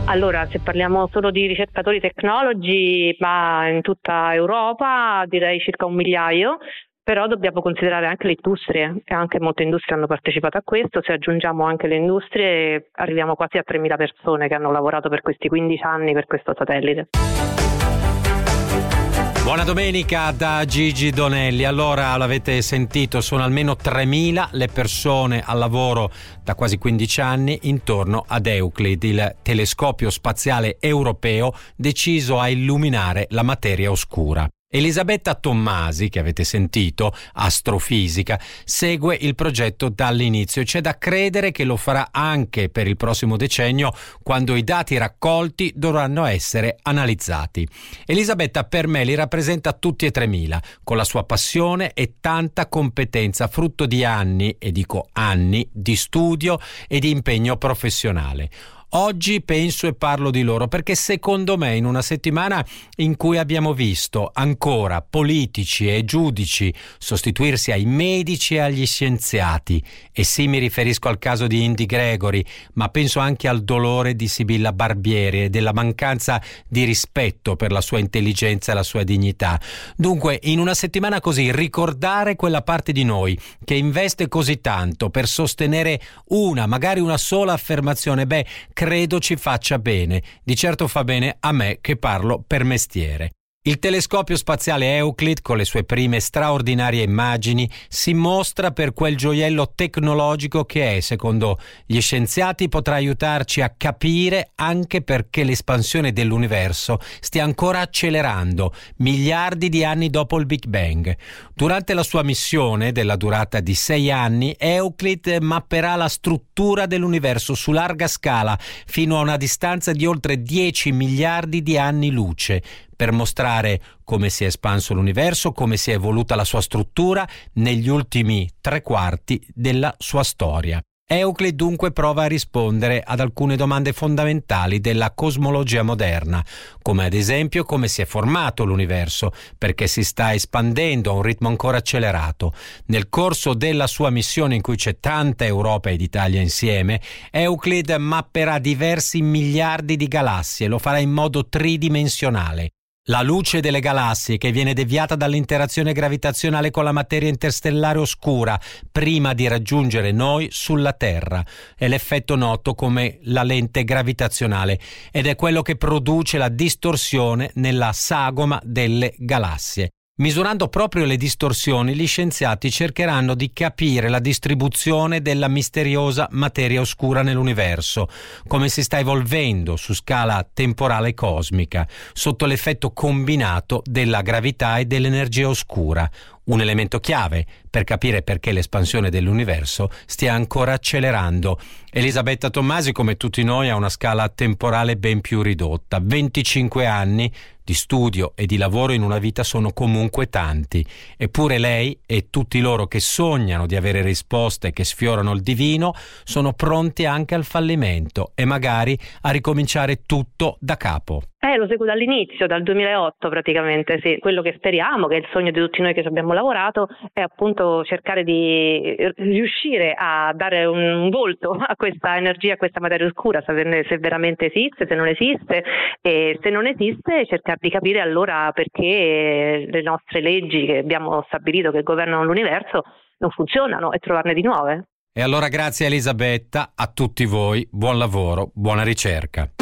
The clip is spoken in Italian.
Allora, se parliamo solo di ricercatori technology, ma in tutta Europa direi circa 1 migliaio, però dobbiamo considerare anche le industrie, e anche molte industrie hanno partecipato a questo. Se aggiungiamo anche le industrie arriviamo quasi a 3.000 persone che hanno lavorato per questi 15 anni per questo satellite. Buona domenica da Gigi Donelli. Allora, l'avete sentito, sono almeno 3.000 le persone al lavoro da quasi 15 anni intorno ad Euclid, il telescopio spaziale europeo deciso a illuminare la materia oscura. Elisabetta Tommasi, che avete sentito, astrofisica, segue il progetto dall'inizio e c'è da credere che lo farà anche per il prossimo decennio, quando i dati raccolti dovranno essere analizzati. Elisabetta per me li rappresenta tutti e 3.000, con la sua passione e tanta competenza, frutto di anni, e dico anni, di studio e di impegno professionale. Oggi penso e parlo di loro perché secondo me in una settimana in cui abbiamo visto ancora politici e giudici sostituirsi ai medici e agli scienziati, e sì, mi riferisco al caso di Indy Gregory, ma penso anche al dolore di Sibilla Barbieri e della mancanza di rispetto per la sua intelligenza e la sua dignità. Dunque, in una settimana così, ricordare quella parte di noi che investe così tanto per sostenere magari una sola affermazione, credo ci faccia bene. Di certo fa bene a me che parlo per mestiere. Il telescopio spaziale Euclid, con le sue prime straordinarie immagini, si mostra per quel gioiello tecnologico che è, secondo gli scienziati, potrà aiutarci a capire anche perché l'espansione dell'universo stia ancora accelerando, miliardi di anni dopo il Big Bang. Durante la sua missione, della durata di 6 anni, Euclid mapperà la struttura dell'universo su larga scala, fino a una distanza di oltre 10 miliardi di anni luce, per mostrare come si è espanso l'universo, come si è evoluta la sua struttura negli ultimi 3/4 della sua storia. Euclid dunque prova a rispondere ad alcune domande fondamentali della cosmologia moderna, come ad esempio come si è formato l'universo, perché si sta espandendo a un ritmo ancora accelerato. Nel corso della sua missione, in cui c'è tanta Europa ed Italia insieme, Euclid mapperà diversi miliardi di galassie, lo farà in modo tridimensionale. La luce delle galassie, che viene deviata dall'interazione gravitazionale con la materia interstellare oscura prima di raggiungere noi sulla Terra, è l'effetto noto come la lente gravitazionale ed è quello che produce la distorsione nella sagoma delle galassie. Misurando proprio le distorsioni, gli scienziati cercheranno di capire la distribuzione della misteriosa materia oscura nell'universo, come si sta evolvendo su scala temporale cosmica, sotto l'effetto combinato della gravità e dell'energia oscura, un elemento chiave per capire perché l'espansione dell'universo stia ancora accelerando. Elisabetta Tommasi, come tutti noi, ha una scala temporale ben più ridotta. 25 anni di studio e di lavoro in una vita sono comunque tanti. Eppure lei e tutti loro che sognano di avere risposte che sfiorano il divino sono pronti anche al fallimento e magari a ricominciare tutto da capo. Lo seguo dall'inizio, dal 2008 praticamente, sì. Quello che speriamo, che è il sogno di tutti noi che ci abbiamo lavorato, è appunto cercare di riuscire a dare un volto a questa energia, a questa materia oscura, saperne se veramente esiste, se non esiste, e se non esiste cercare di capire allora perché le nostre leggi che abbiamo stabilito che governano l'universo non funzionano e trovarne di nuove. E allora grazie Elisabetta, a tutti voi, buon lavoro, buona ricerca.